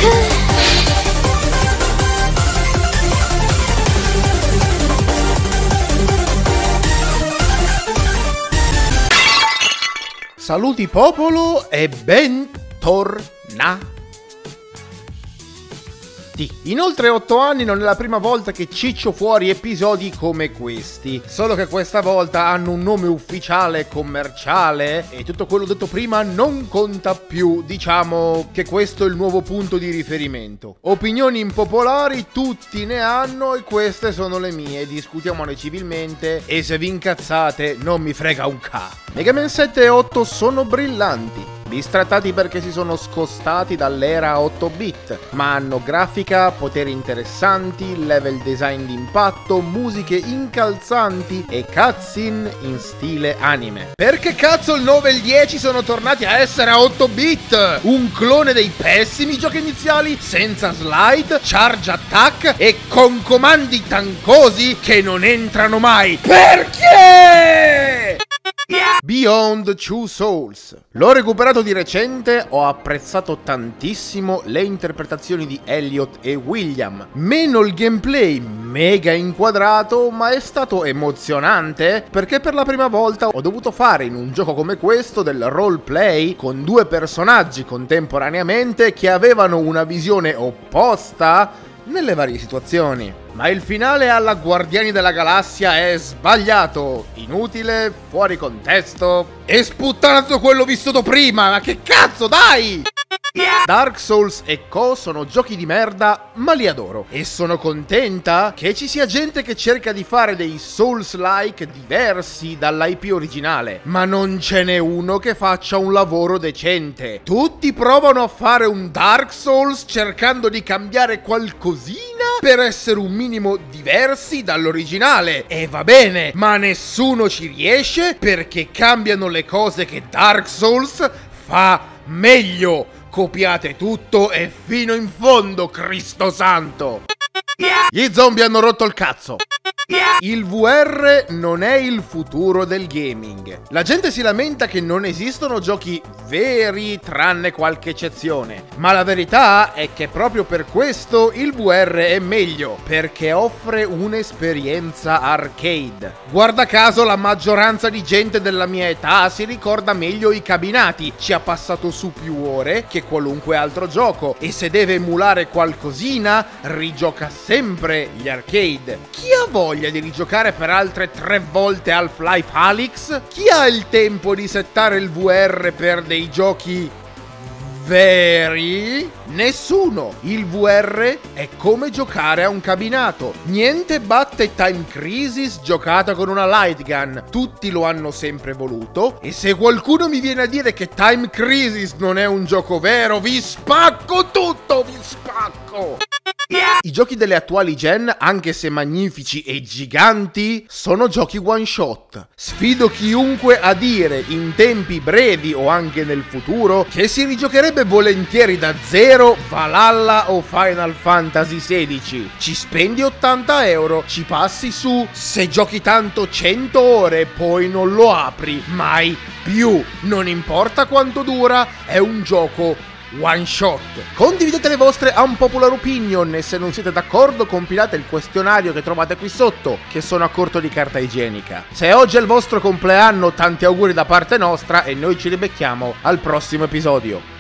Saluti popolo e bentornati. In oltre 8 anni non è la prima volta che ciccio fuori episodi come questi, solo che questa volta hanno un nome ufficiale commerciale e tutto quello detto prima non conta più. Diciamo che questo è il nuovo punto di riferimento. Opinioni impopolari tutti ne hanno e queste sono le mie, discutiamone civilmente e se vi incazzate non mi frega un ca'. Mega Man 7 e 8 sono brillanti, bistrattati perché si sono scostati dall'era 8-bit, ma hanno grafica, poteri interessanti, level design d'impatto, musiche incalzanti e cutscene in stile anime. Perché cazzo il 9 e il 10 sono tornati a essere a 8-bit? Un clone dei pessimi giochi iniziali, senza slide, charge attack e con comandi tancosi che non entrano mai. Perché? Beyond Two Souls. L'ho recuperato di recente, ho apprezzato tantissimo le interpretazioni di Elliot e William. Meno il gameplay mega inquadrato, ma è stato emozionante perché per la prima volta ho dovuto fare in un gioco come questo del roleplay con due personaggi contemporaneamente che avevano una visione opposta nelle varie situazioni. Ma il finale alla Guardiani della Galassia è sbagliato, inutile, fuori contesto e sputtanato quello vissuto prima, ma che cazzo, dai! Dark Souls e Co sono giochi di merda, ma li adoro. E sono contenta che ci sia gente che cerca di fare dei Souls-like diversi dall'IP originale. Ma non ce n'è uno che faccia un lavoro decente. Tutti provano a fare un Dark Souls cercando di cambiare qualcosina per essere un minimo diversi dall'originale. E va bene, ma nessuno ci riesce perché cambiano le cose che Dark Souls fa meglio. Copiate tutto e fino in fondo, Cristo santo! Gli zombie hanno rotto il cazzo! Il VR non è il futuro del gaming. La gente si lamenta che non esistono giochi veri tranne qualche eccezione, ma la verità è che proprio per questo il VR è meglio, perché offre un'esperienza arcade. Guarda caso la maggioranza di gente della mia età si ricorda meglio i cabinati, ci ha passato su più ore che qualunque altro gioco e se deve emulare qualcosina rigioca sempre gli arcade. Chi ha voglia di rigiocare per altre 3 volte Half-Life Alyx? Chi ha il tempo di settare il VR per dei giochi veri? Nessuno. Il VR è come giocare a un cabinato. Niente batte Time Crisis giocata con una light gun. Tutti lo hanno sempre voluto. E se qualcuno mi viene a dire che Time Crisis non è un gioco vero, vi spacco tutto, vi spacco. I giochi delle attuali gen, anche se magnifici e giganti, sono giochi one shot. Sfido chiunque a dire in tempi brevi o anche nel futuro che si rigiocherebbe volentieri da zero Valhalla o Final Fantasy XVI. Ci spendi 80 euro, ci passi su, se giochi tanto 100 ore, poi non lo apri mai più. Non importa quanto dura, è un gioco one shot. Condividete le vostre unpopular opinion e se non siete d'accordo compilate il questionario che trovate qui sotto, che sono a corto di carta igienica. Se oggi è il vostro compleanno, tanti auguri da parte nostra e noi ci ribecchiamo al prossimo episodio.